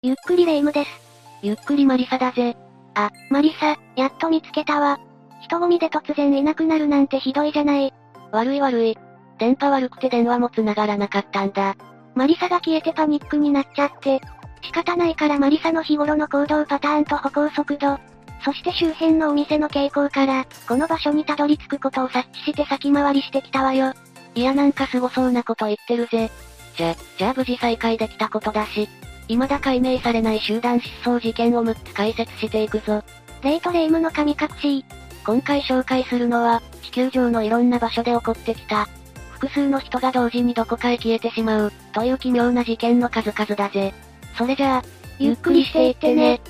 ゆっくりレ夢ムです。 ゆっくりマリサだぜ。 あ、マリサ、やっと見つけたわ。人混みで突然いなくなるなんてひどいじゃない。 悪い。電波悪くて電話も繋がらなかったんだ。 マリサが消えてパニックになっちゃって。仕方ないからマリサの日頃の行動パターンと歩行速度、そして周辺のお店の傾向から、この場所にたどり着くことを察知して先回りしてきたわよ。 いやなんかすごそうなこと言ってるぜ。じゃあ無事再開できたことだし、未だ解明されない集団失踪事件を6つ解説していくぞ。 レイとレ夢ムの神隠し。 今回紹介するのは、地球上のいろんな場所で起こってきた、複数の人が同時にどこかへ消えてしまう、という奇妙な事件の数々だぜ。それじゃあ、 ゆっくりしていってね。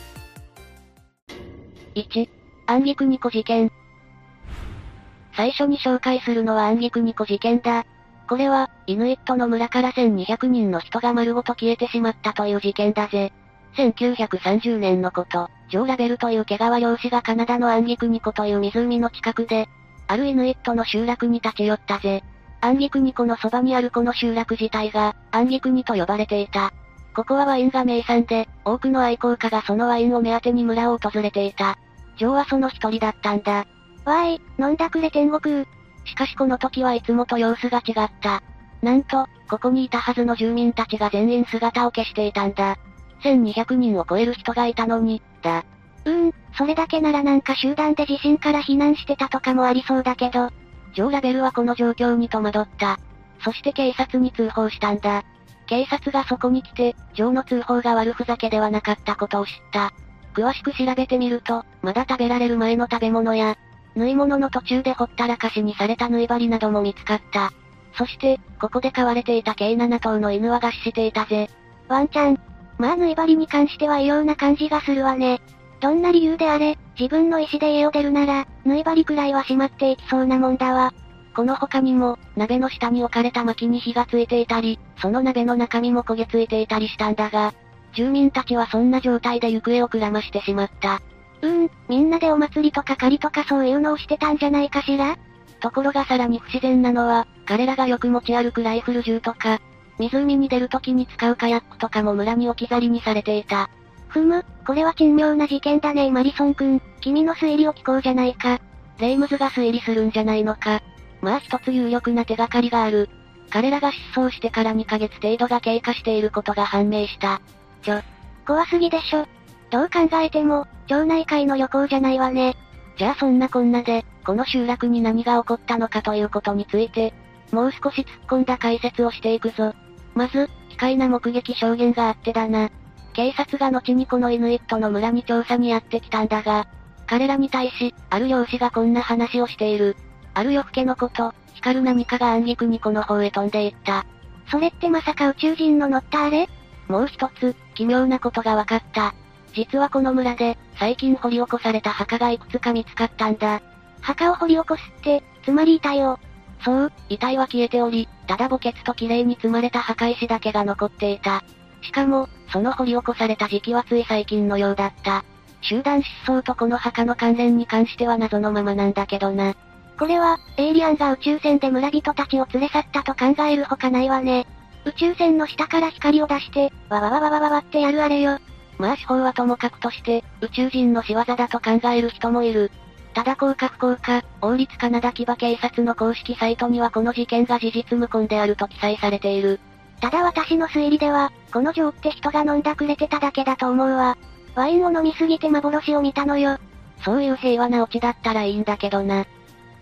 1、アンギクニコ事件。最初に紹介するのはアンギクニコ事件だ。これは、イヌイットの村から1200人の人が丸ごと消えてしまったという事件だぜ。1930年のこと、ジョー・ラベルという毛皮漁師がカナダのアンギクニコという湖の近くで、あるイヌイットの集落に立ち寄ったぜ。アンギクニコのそばにあるこの集落自体が、アンギクニと呼ばれていた。ここはワインが名産で、多くの愛好家がそのワインを目当てに村を訪れていた。ジョーはその一人だったんだ。 わーい、飲んだくれ天国。 しかしこの時はいつもと様子が違った。なんと、ここにいたはずの住民たちが全員姿を消していたんだ。1200人を超える人がいたのに、だ。 それだけならなんか集団で地震から避難してたとかもありそうだけど。 ジョー・ラベルはこの状況に戸惑った。そして警察に通報したんだ。警察がそこに来て、ジョーの通報が悪ふざけではなかったことを知った。詳しく調べてみると、まだ食べられる前の食べ物や、縫い物の途中でほったらかしにされた縫い針なども見つかった。そして、ここで飼われていた計7頭の犬は餓死していたぜ。 ワンちゃん。まあ縫い針に関しては異様な感じがするわね。どんな理由であれ、自分の意思で家を出るなら、縫い針くらいはしまっていきそうなもんだわ。 この他にも、鍋の下に置かれた薪に火がついていたり、その鍋の中身も焦げついていたりしたんだが、住民たちはそんな状態で行方をくらましてしまった。 みんなでお祭りとか狩りとかそういうのをしてたんじゃないかしら？ ところがさらに不自然なのは、彼らがよく持ち歩くライフル銃とか、湖に出る時に使うカヤックとかも村に置き去りにされていた。 これは珍妙な事件だねマリソン君、君の推理を聞こうじゃないか。 レイムズが推理するんじゃないのか。まあ一つ有力な手がかりがある。彼らが失踪してから2ヶ月程度が経過していることが判明した。 怖すぎでしょ。どう考えても、町内会の旅行じゃないわね。 じゃあそんなこんなで、この集落に何が起こったのかということについて、もう少し突っ込んだ解説をしていくぞ。まず、奇怪な目撃証言があってだな。警察が後にこのイヌイットの村に調査にやってきたんだが、彼らに対し、ある漁師がこんな話をしている。ある夜更けのこと、光る何かがアンギクニコの方へ飛んでいった。 それってまさか宇宙人の乗ったあれ？ もう一つ、奇妙なことが分かった。実はこの村で、最近掘り起こされた墓がいくつか見つかったんだ。 墓を掘り起こすって、つまり遺体を。 そう、遺体は消えており、ただ墓穴と綺麗に積まれた墓石だけが残っていた。しかも、その掘り起こされた時期はつい最近のようだった。集団失踪とこの墓の関連に関しては謎のままなんだけどな。 これは、エイリアンが宇宙船で村人たちを連れ去ったと考えるほかないわね。宇宙船の下から光を出して、わわわわわわわってやるあれよ。 まあ手法はともかくとして、宇宙人の仕業だと考える人もいる。ただ幸か不幸か、王立カナダ騎馬警察の公式サイトにはこの事件が事実無根であると記載されている。 ただ私の推理では、このジョーって人が飲んだくれてただけだと思うわ。ワインを飲みすぎて幻を見たのよ。 そういう平和なオチだったらいいんだけどな。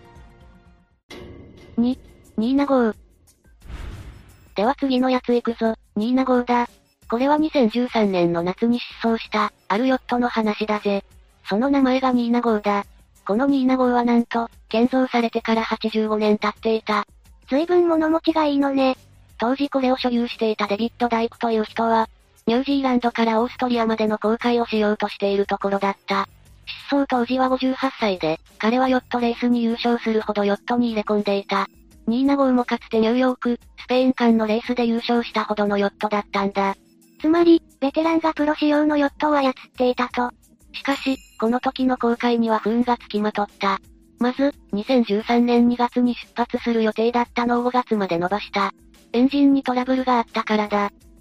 ニーナ号。では次のやつ行くぞ、ニーナ号だ。これは2013年の夏に失踪した、あるヨットの話だぜ。その名前がニーナ号だ。このニーナ号はなんと、建造されてから85年経っていた。 随分物持ちがいいのね。 当時これを所有していたデビッド・ダイクという人は、ニュージーランドからオーストリアまでの航海をしようとしているところだった。失踪当時は58歳で、彼はヨットレースに優勝するほどヨットに入れ込んでいた。ニーナ号もかつてニューヨーク、スペイン間のレースで優勝したほどのヨットだったんだ。 つまり、ベテランがプロ仕様のヨットを操っていたと。 しかし、この時の航海には不運がつきまとった。まず、2013年2月に出発する予定だったのを5月まで延ばした。エンジンにトラブルがあったからだ。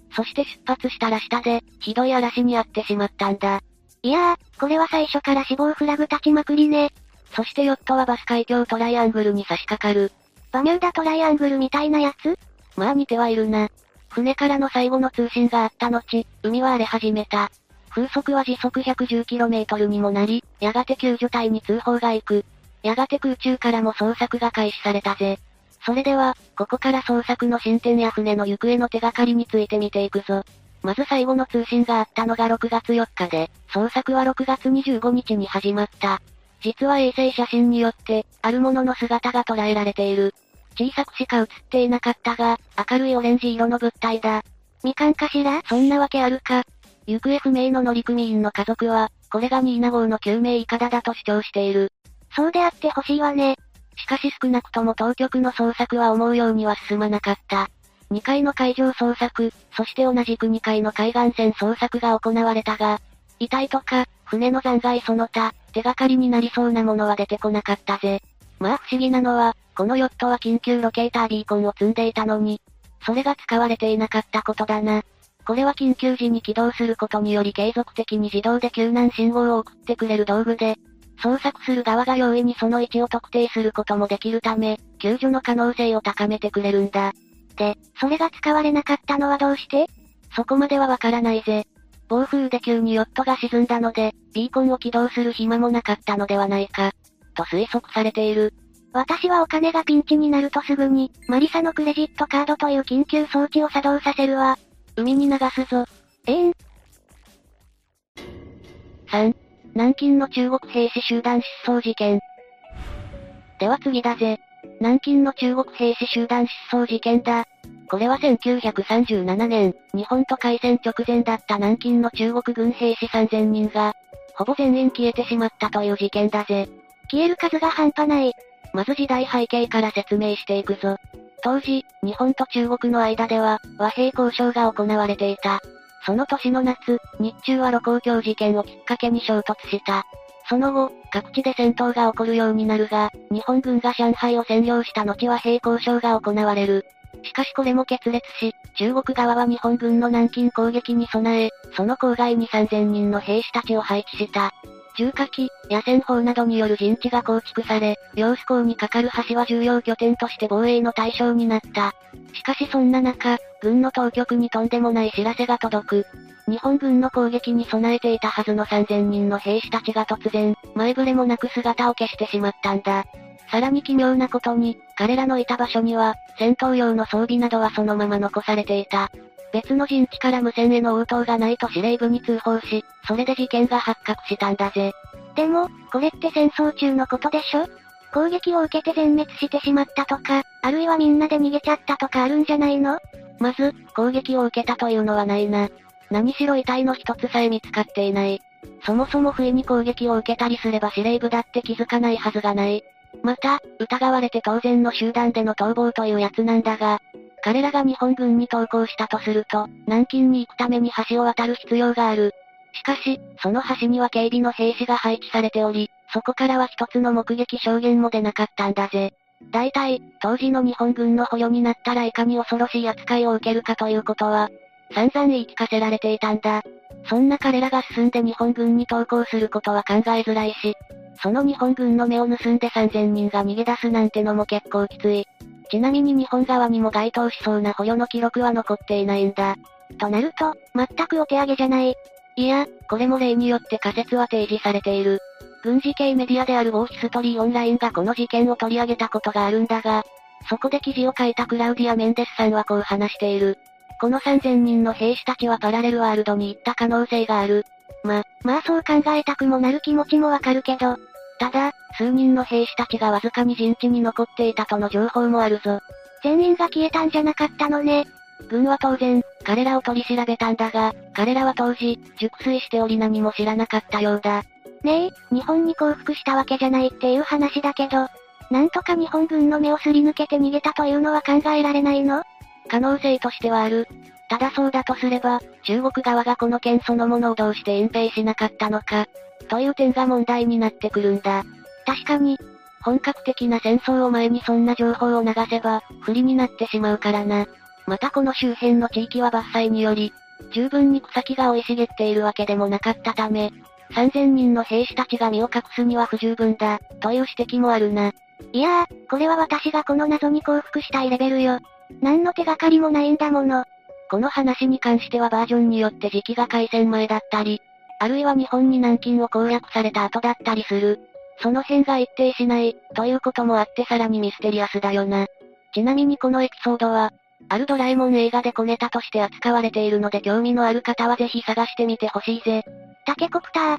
そして出発したら下で、ひどい嵐に遭ってしまったんだ。 いやー、これは最初から死亡フラグ立ちまくりね。 そしてヨットはバス海峡トライアングルに差し掛かる。 バミューダトライアングルみたいなやつ？ まあ似てはいるな。船からの最後の通信があった後、海は荒れ始めた。風速は時速 110km にもなり、やがて救助隊に通報が行く。やがて空中からも捜索が開始されたぜ。それでは、ここから捜索の進展や船の行方の手がかりについて見ていくぞ。まず最後の通信があったのが6月4日で、捜索は6月25日に始まった。実は衛星写真によって、あるものの姿が捉えられている。小さくしか映っていなかったが、明るいオレンジ色の物体だ。 みかんかしら？ そんなわけあるか。行方不明の乗組員の家族は、これがニーナ号の救命いかだだと主張している。 そうであってほしいわね。 しかし少なくとも当局の捜索は思うようには進まなかった。2回の海上捜索、そして同じく2回の海岸線捜索が行われたが、遺体とか、船の残骸その他、手がかりになりそうなものは出てこなかったぜ。まあ不思議なのは、このヨットは緊急ロケータービーコンを積んでいたのに、それが使われていなかったことだな。これは緊急時に起動することにより継続的に自動で救難信号を送ってくれる道具で、捜索する側が容易にその位置を特定することもできるため、救助の可能性を高めてくれるんだ。 で、それが使われなかったのはどうして？ そこまではわからないぜ。暴風で急にヨットが沈んだので、ビーコンを起動する暇もなかったのではないか、と推測されている。 私はお金がピンチになるとすぐに、マリサのクレジットカードという緊急装置を作動させるわ。 海に流すぞ。 3. 南京の中国兵士集団失踪事件。では次だぜ。南京の中国兵士集団失踪事件だ。これは1937年、日本と開戦直前だった南京の中国軍兵士3000人が、ほぼ全員消えてしまったという事件だぜ。 消える数が半端ない。 まず時代背景から説明していくぞ。当時、日本と中国の間では、和平交渉が行われていた。その年の夏、日中は盧溝橋事件をきっかけに衝突した。その後、各地で戦闘が起こるようになるが、日本軍が上海を占領した後和平交渉が行われる。しかしこれも決裂し、中国側は日本軍の南京攻撃に備え、その郊外に3000人の兵士たちを配置した。重火器、野戦砲などによる陣地が構築され、揚子港に架かる橋は重要拠点として防衛の対象になった。しかしそんな中、軍の当局にとんでもない知らせが届く。日本軍の攻撃に備えていたはずの3000人の兵士たちが突然、前触れもなく姿を消してしまったんだ。さらに奇妙なことに、彼らのいた場所には、戦闘用の装備などはそのまま残されていた。別の陣地から無線への応答がないと司令部に通報し、それで事件が発覚したんだぜ。 でも、これって戦争中のことでしょ？攻撃を受けて全滅してしまったとか、あるいはみんなで逃げちゃったとかあるんじゃないの？ まず、攻撃を受けたというのはないな。何しろ遺体の一つさえ見つかっていない。そもそも不意に攻撃を受けたりすれば司令部だって気づかないはずがない。また、疑われて当然の集団での逃亡というやつなんだが、彼らが日本軍に投降したとすると、南京に行くために橋を渡る必要がある。しかし、その橋には警備の兵士が配置されており、そこからは一つの目撃証言も出なかったんだぜ。大体、当時の日本軍の捕虜になったらいかに恐ろしい扱いを受けるかということは、散々言い聞かせられていたんだ。そんな彼らが進んで日本軍に投降することは考えづらいし、その日本軍の目を盗んで3000人が逃げ出すなんてのも結構きつい。ちなみに日本側にも該当しそうな捕虜の記録は残っていないんだ。 となると、全くお手上げじゃない。 いや、これも例によって仮説は提示されている。軍事系メディアであるウォーヒストリーオンラインがこの事件を取り上げたことがあるんだが、そこで記事を書いたクラウディア・メンデスさんはこう話している。この3000人の兵士たちはパラレルワールドに行った可能性がある。 まあそう考えたくもなる気持ちもわかるけど、 ただ、数人の兵士たちがわずかに陣地に残っていたとの情報もあるぞ。 全員が消えたんじゃなかったのね。 軍は当然、彼らを取り調べたんだが、彼らは当時、熟睡しており何も知らなかったようだ。 ねえ、日本に降伏したわけじゃないっていう話だけど、なんとか日本軍の目をすり抜けて逃げたというのは考えられないの？ 可能性としてはある。ただそうだとすれば、中国側がこの件そのものをどうして隠蔽しなかったのか、という点が問題になってくるんだ。 確かに、 本格的な戦争を前にそんな情報を流せば、不利になってしまうからな。 またこの周辺の地域は伐採により、十分に草木が生い茂っているわけでもなかったため、3000人の兵士たちが身を隠すには不十分だ、という指摘もあるな。 いやー、これは私がこの謎に降伏したいレベルよ。何の手がかりもないんだもの。 この話に関してはバージョンによって時期が開戦前だったり、あるいは日本に南京を攻略された後だったりする。その辺が一定しない、ということもあってさらにミステリアスだよな。ちなみにこのエピソードは、あるドラえもん映画で小ネタとして扱われているので興味のある方はぜひ探してみてほしいぜ。 タケコプター。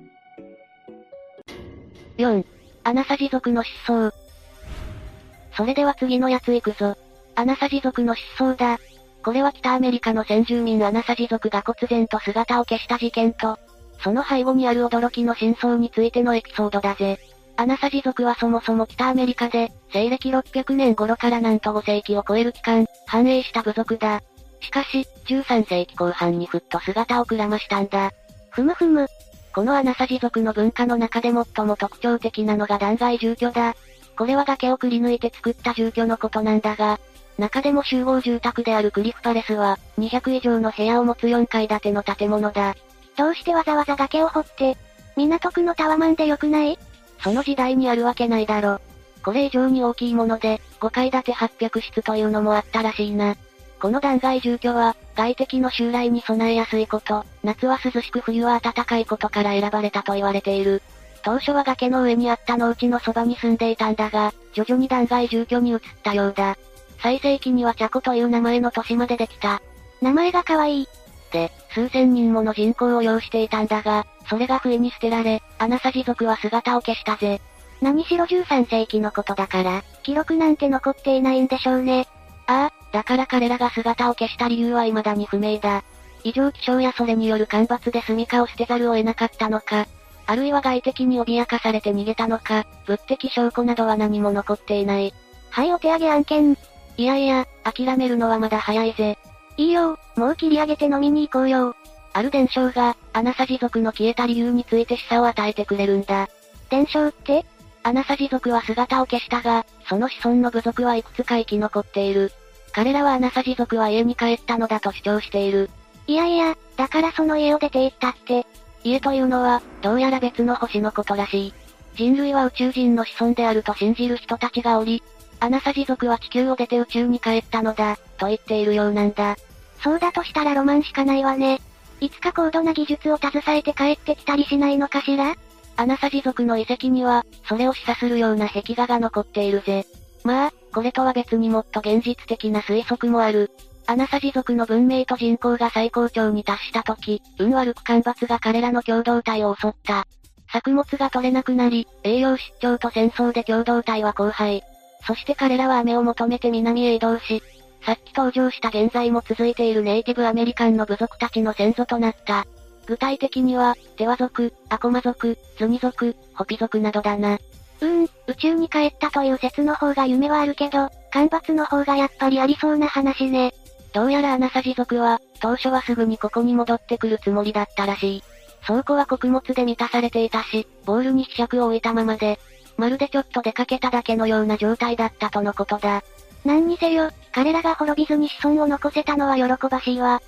4. アナサジ族の失踪。それでは次のやつ行くぞ。アナサジ族の失踪だ。これは北アメリカの先住民アナサジ族が忽然と姿を消した事件と、その背後にある驚きの真相についてのエピソードだぜ。アナサジ族はそもそも北アメリカで、西暦600年頃からなんと5世紀を超える期間、繁栄した部族だ。しかし、13世紀後半にふっと姿をくらましたんだ。 ふむふむ。 このアナサジ族の文化の中で最も特徴的なのが断崖住居だ。これは崖をくり抜いて作った住居のことなんだが、中でも集合住宅であるクリフパレスは、200以上の部屋を持つ4階建ての建物だ。 どうしてわざわざ崖を掘って、港区のタワマンでよくない？ その時代にあるわけないだろ。これ以上に大きいもので、5階建て800室というのもあったらしいな。この断崖住居は、外敵の襲来に備えやすいこと、夏は涼しく冬は暖かいことから選ばれたと言われている。当初は崖の上にあった農地のそばに住んでいたんだが、徐々に断崖住居に移ったようだ。最盛期にはチャコという名前の都市までできた。 名前が可愛い。 で、数千人もの人口を要していたんだが、それが不意に捨てられ、アナサジ族は姿を消したぜ。 何しろ13世紀のことだから、記録なんて残っていないんでしょうね。 ああ、だから彼らが姿を消した理由は未だに不明だ。異常気象やそれによる干ばつで住処を捨てざるを得なかったのか、あるいは外敵に脅かされて逃げたのか、物的証拠などは何も残っていない。 はい、お手上げ案件。 いやいや、諦めるのはまだ早いぜ。 いいよ、もう切り上げて飲みに行こうよ。 ある伝承が、アナサジ族の消えた理由について示唆を与えてくれるんだ。 伝承って？ アナサジ族は姿を消したが、その子孫の部族はいくつか生き残っている。彼らはアナサジ族は家に帰ったのだと主張している。 いやいや、だからその家を出て行ったって。 家というのは、どうやら別の星のことらしい。人類は宇宙人の子孫であると信じる人たちがおり、アナサジ族は地球を出て宇宙に帰ったのだ、と言っているようなんだ。 そうだとしたらロマンしかないわね。いつか高度な技術を携えて帰ってきたりしないのかしら？ アナサジ族の遺跡には、それを示唆するような壁画が残っているぜ。まあ、これとは別にもっと現実的な推測もある。アナサジ族の文明と人口が最高潮に達した時、運悪く干ばつが彼らの共同体を襲った。作物が取れなくなり、栄養失調と戦争で共同体は荒廃。そして彼らは雨を求めて南へ移動し、さっき登場した現在も続いているネイティブアメリカンの部族たちの先祖となった。具体的には、テワ族、アコマ族、ズニ族、ホピ族などだな。 宇宙に帰ったという説の方が夢はあるけど、干ばつの方がやっぱりありそうな話ね。 どうやらアナサジ族は、当初はすぐにここに戻ってくるつもりだったらしい。倉庫は穀物で満たされていたし、ボールに柄杓を置いたままで、まるでちょっと出かけただけのような状態だったとのことだ。 何にせよ、彼らが滅びずに子孫を残せたのは喜ばしいわ。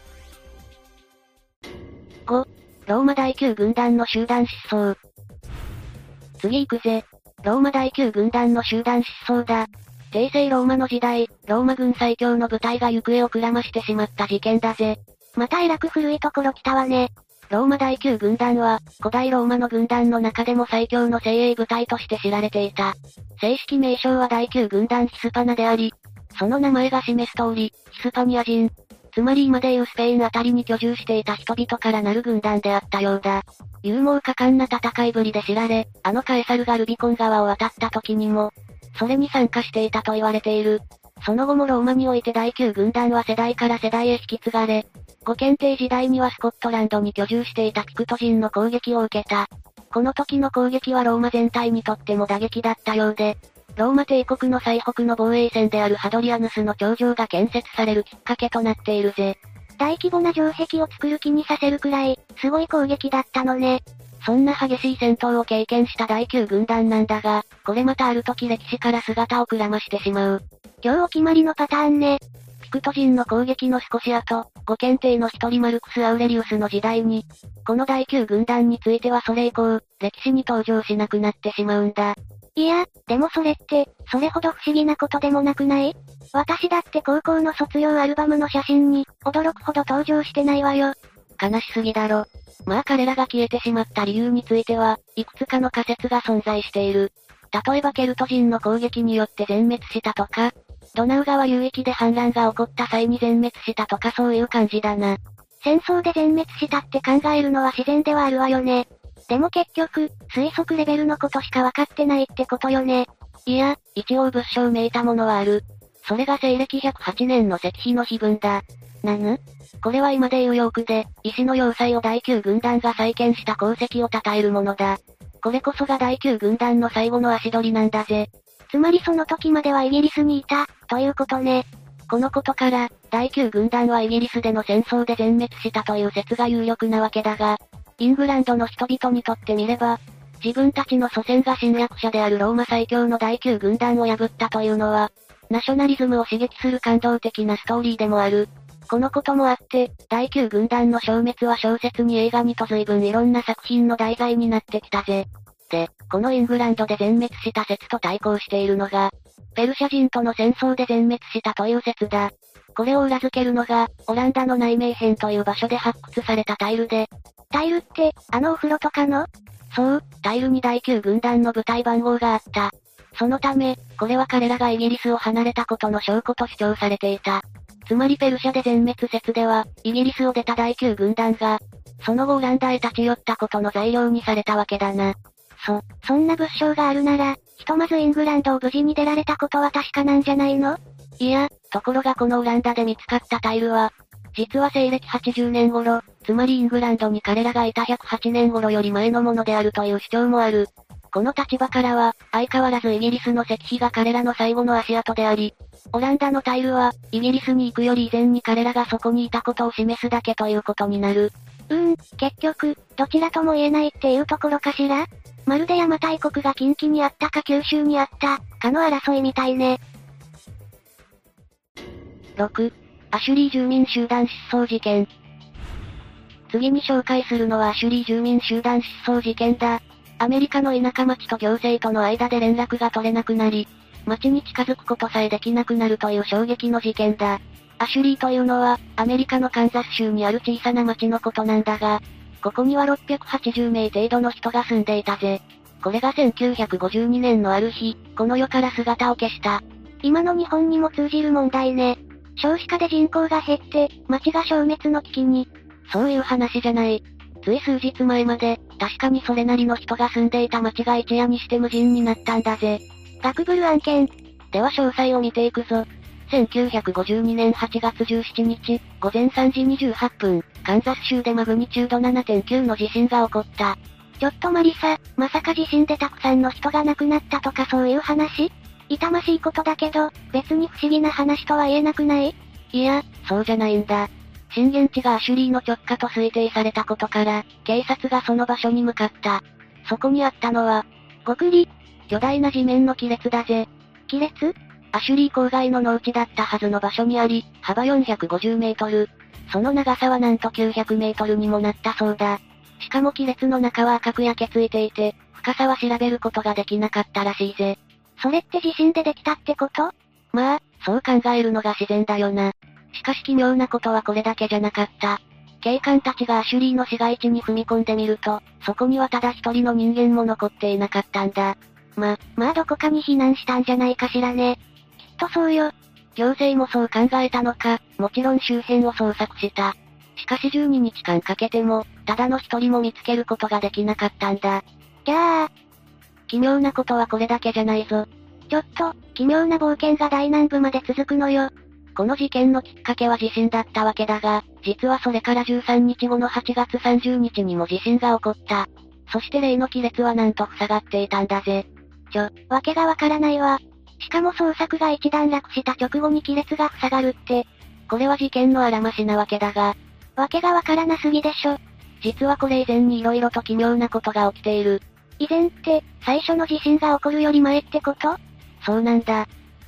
5. ローマ第9軍団の集団失踪。次行くぜ。ローマ第9軍団の集団失踪だ。帝政ローマの時代、ローマ軍最強の部隊が行方をくらましてしまった事件だぜ。 またえらく古いところ来たわね。 ローマ第9軍団は、古代ローマの軍団の中でも最強の精鋭部隊として知られていた。正式名称は第9軍団ヒスパナであり、その名前が示す通り、ヒスパニア人、つまり今でいうスペインあたりに居住していた人々からなる軍団であったようだ。勇猛果敢な戦いぶりで知られ、あのカエサルがルビコン川を渡った時にも、それに参加していたと言われている。その後もローマにおいて第9軍団は世代から世代へ引き継がれ、ご検定時代にはスコットランドに居住していたピクト人の攻撃を受けた。この時の攻撃はローマ全体にとっても打撃だったようで、ローマ帝国の最北の防衛線であるハドリアヌスの頂上が建設されるきっかけとなっているぜ。 大規模な城壁を作る気にさせるくらい、すごい攻撃だったのね。 そんな激しい戦闘を経験した第9軍団なんだが、これまたある時歴史から姿をくらましてしまう。 今日お決まりのパターンね。ピクト人の攻撃の少し後、ご検定の一人マルクス・アウレリウスの時代に、この第9軍団についてはそれ以降、歴史に登場しなくなってしまうんだ。 いや、でもそれって、それほど不思議なことでもなくない？私だって高校の卒業アルバムの写真に、驚くほど登場してないわよ。 悲しすぎだろ。まあ彼らが消えてしまった理由については、いくつかの仮説が存在している。例えばケルト人の攻撃によって全滅したとか、ドナウ川流域で反乱が起こった際に全滅したとかそういう感じだな。 戦争で全滅したって考えるのは自然ではあるわよね。でも結局、推測レベルのことしかわかってないってことよね。 いや、一応物証めいたものはある。それが西暦108年の石碑の碑文だ。これは今でいうヨークで、石の要塞を第9軍団が再建した功績を称えるものだ。これこそが第9軍団の最後の足取りなんだぜ。 つまりその時まではイギリスにいた、ということね。 このことから、第9軍団はイギリスでの戦争で全滅したという説が有力なわけだが、イングランドの人々にとってみれば、自分たちの祖先が侵略者であるローマ最強の第9軍団を破ったというのは、ナショナリズムを刺激する感動的なストーリーでもある。このこともあって、第9軍団の消滅は小説に映画にと随分いろんな作品の題材になってきたぜ。で、このイングランドで全滅した説と対抗しているのが、ペルシャ人との戦争で全滅したという説だ。これを裏付けるのが、オランダの内名編という場所で発掘されたタイルで、 タイルって、あのお風呂とかの？ そう、タイルに第9軍団の部隊番号があった。そのため、これは彼らがイギリスを離れたことの証拠と主張されていた。つまりペルシャで全滅説では、イギリスを出た第9軍団が、その後オランダへ立ち寄ったことの材料にされたわけだな。 そんな物証があるなら、ひとまずイングランドを無事に出られたことは確かなんじゃないの？ いや、ところがこのオランダで見つかったタイルは、実は西暦80年頃、つまりイングランドに彼らがいた108年頃より前のものであるという主張もある。この立場からは、相変わらずイギリスの石碑が彼らの最後の足跡であり、オランダのタイルは、イギリスに行くより以前に彼らがそこにいたことを示すだけということになる。 結局、どちらとも言えないっていうところかしら？まるで邪馬台国が近畿にあったか九州にあった、かの争いみたいね。 6. アシュリー住民集団失踪事件。次に紹介するのはアシュリー住民集団失踪事件だ。アメリカの田舎町と行政との間で連絡が取れなくなり、町に近づくことさえできなくなるという衝撃の事件だ。アシュリーというのは、アメリカのカンザス州にある小さな町のことなんだが、ここには680名程度の人が住んでいたぜ。これが1952年のある日、この世から姿を消した。 今の日本にも通じる問題ね。少子化で人口が減って、町が消滅の危機に。 そういう話じゃない。つい数日前まで、確かにそれなりの人が住んでいた町が一夜にして無人になったんだぜ。 ガクブル案件。 では詳細を見ていくぞ。1952年8月17日、午前3時28分、カンザス州でマグニチュード 7.9 の地震が起こった。 ちょっとマリサ、まさか地震でたくさんの人が亡くなったとかそういう話？痛ましいことだけど、別に不思議な話とは言えなくない？ いや、そうじゃないんだ。震源地がアシュリーの直下と推定されたことから、警察がその場所に向かった。そこにあったのは、 ごくり、 巨大な地面の亀裂だぜ。 亀裂？ アシュリー郊外の農地だったはずの場所にあり、幅450メートル。その長さはなんと900メートルにもなったそうだ。しかも亀裂の中は赤く焼けついていて、深さは調べることができなかったらしいぜ。 それって地震でできたってこと？ まあ、そう考えるのが自然だよな。しかし奇妙なことはこれだけじゃなかった。警官たちがアシュリーの市街地に踏み込んでみると、そこにはただ一人の人間も残っていなかったんだ。 まあどこかに避難したんじゃないかしらね。きっとそうよ。 行政もそう考えたのか、もちろん周辺を捜索した。しかし12日間かけても、ただの一人も見つけることができなかったんだ。 じゃあ、 奇妙なことはこれだけじゃないぞ。 ちょっと、奇妙な冒険が大南部まで続くのよ。 この事件のきっかけは地震だったわけだが、実はそれから13日後の8月30日にも地震が起こった。そして例の亀裂はなんと塞がっていたんだぜ。 わけがわからないわ。しかも捜索が一段落した直後に亀裂が塞がるって。 これは事件のあらましなわけだが。 わけがわからなすぎでしょ。 実はこれ以前に色々と奇妙なことが起きている。 以前って、最初の地震が起こるより前ってこと？ そうなんだ。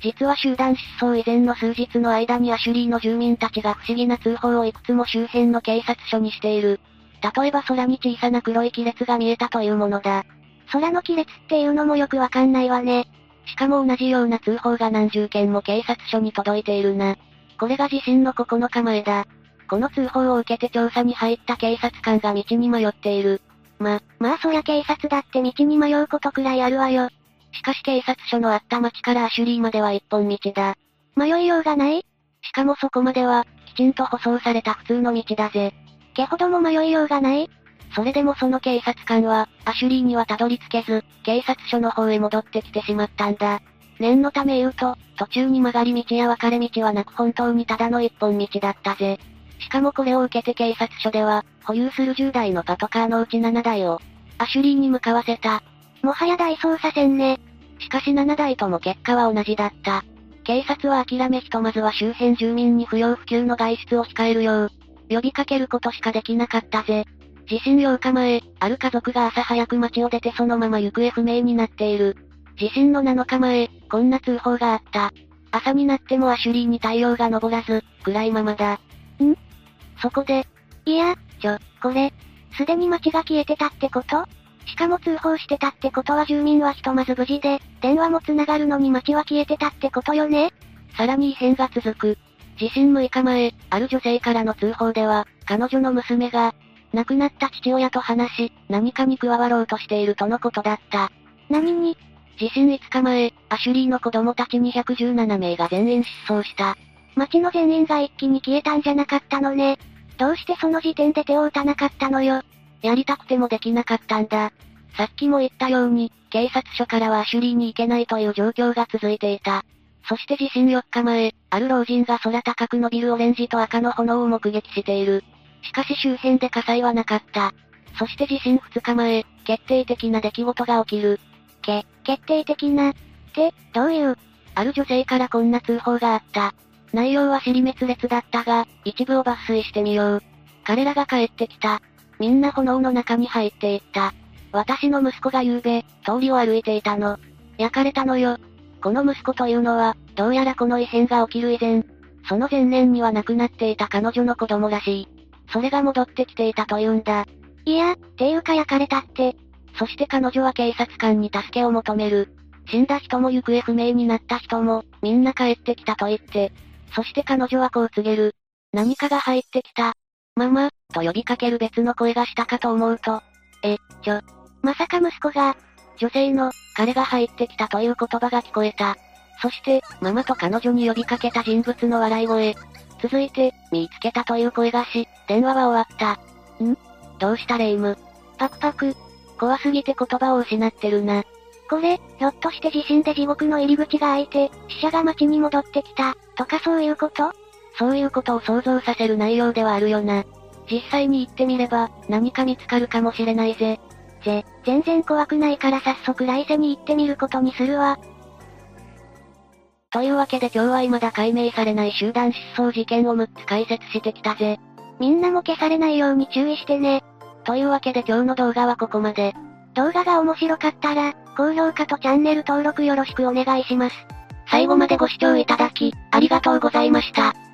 実は集団失踪以前の数日の間にアシュリーの住民たちが不思議な通報をいくつも周辺の警察署にしている。例えば空に小さな黒い亀裂が見えたというものだ。 空の亀裂っていうのもよくわかんないわね。 しかも同じような通報が何十件も警察署に届いているな。これが地震の9日前だ。この通報を受けて調査に入った警察官が道に迷っている。 まあそりゃ警察だって道に迷うことくらいあるわよ。 しかし警察署のあった町からアシュリーまでは一本道だ。 迷いようがない？ しかもそこまでは、きちんと舗装された普通の道だぜ。 けほども迷いようがない？ それでもその警察官は、アシュリーにはたどり着けず、警察署の方へ戻ってきてしまったんだ。念のため言うと、途中に曲がり道や分かれ道はなく本当にただの一本道だったぜ。しかもこれを受けて警察署では、保有する10台のパトカーのうち7台を、アシュリーに向かわせた。 もはや大捜査線ね。 しかし7台とも結果は同じだった。警察は諦めひとまずは周辺住民に不要不急の外出を控えるよう、呼びかけることしかできなかったぜ。地震8日前、ある家族が朝早く町を出てそのまま行方不明になっている。地震の7日前、こんな通報があった。朝になってもアシュリーに太陽が昇らず、暗いままだ。そこで、 いや、これ、すでに町が消えてたってこと？しかも通報してたってことは住民はひとまず無事で、電話も繋がるのに町は消えてたってことよね？ さらに異変が続く。地震6日前、ある女性からの通報では、彼女の娘が、亡くなった父親と話し、何かに加わろうとしているとのことだった。 何に？ 地震5日前、アシュリーの子供たち217名が全員失踪した。 町の全員が一気に消えたんじゃなかったのね。どうしてその時点で手を打たなかったのよ。 やりたくてもできなかったんだ。さっきも言ったように、警察署からはアシュリーに行けないという状況が続いていた。そして地震4日前、ある老人が空高く伸びるオレンジと赤の炎を目撃している。しかし周辺で火災はなかった。そして地震2日前、決定的な出来事が起きる。 決定的な、どういう？ ある女性からこんな通報があった。内容は尻滅裂だったが、一部を抜粋してみよう。彼らが帰ってきた。みんな炎の中に入っていった。私の息子が夕べ、通りを歩いていたの。焼かれたのよ。この息子というのは、どうやらこの異変が起きる以前、その前年には亡くなっていた彼女の子供らしい。それが戻ってきていたというんだ。 いや、っていうか焼かれたって。 そして彼女は警察官に助けを求める。死んだ人も行方不明になった人も、みんな帰ってきたと言って。そして彼女はこう告げる。何かが入ってきた。ママ、と呼びかける別の声がしたかと思うと。 まさか息子が、 女性の、彼が入ってきたという言葉が聞こえた。そして、ママと彼女に呼びかけた人物の笑い声。続いて、見つけたという声がし、電話は終わった。どうしたレイム？ パクパク。 怖すぎて言葉を失ってるな。 これ、ひょっとして地震で地獄の入り口が開いて、死者が町に戻ってきた、とかそういうこと？ そういうことを想像させる内容ではあるよな。実際に行ってみれば、何か見つかるかもしれないぜ。 全然怖くないから早速来世に行ってみることにするわ。 というわけで今日は未だ解明されない集団失踪事件を6つ解説してきたぜ。 みんなも消されないように注意してね。 というわけで今日の動画はここまで。 動画が面白かったら、高評価とチャンネル登録よろしくお願いします。 最後までご視聴いただき、ありがとうございました。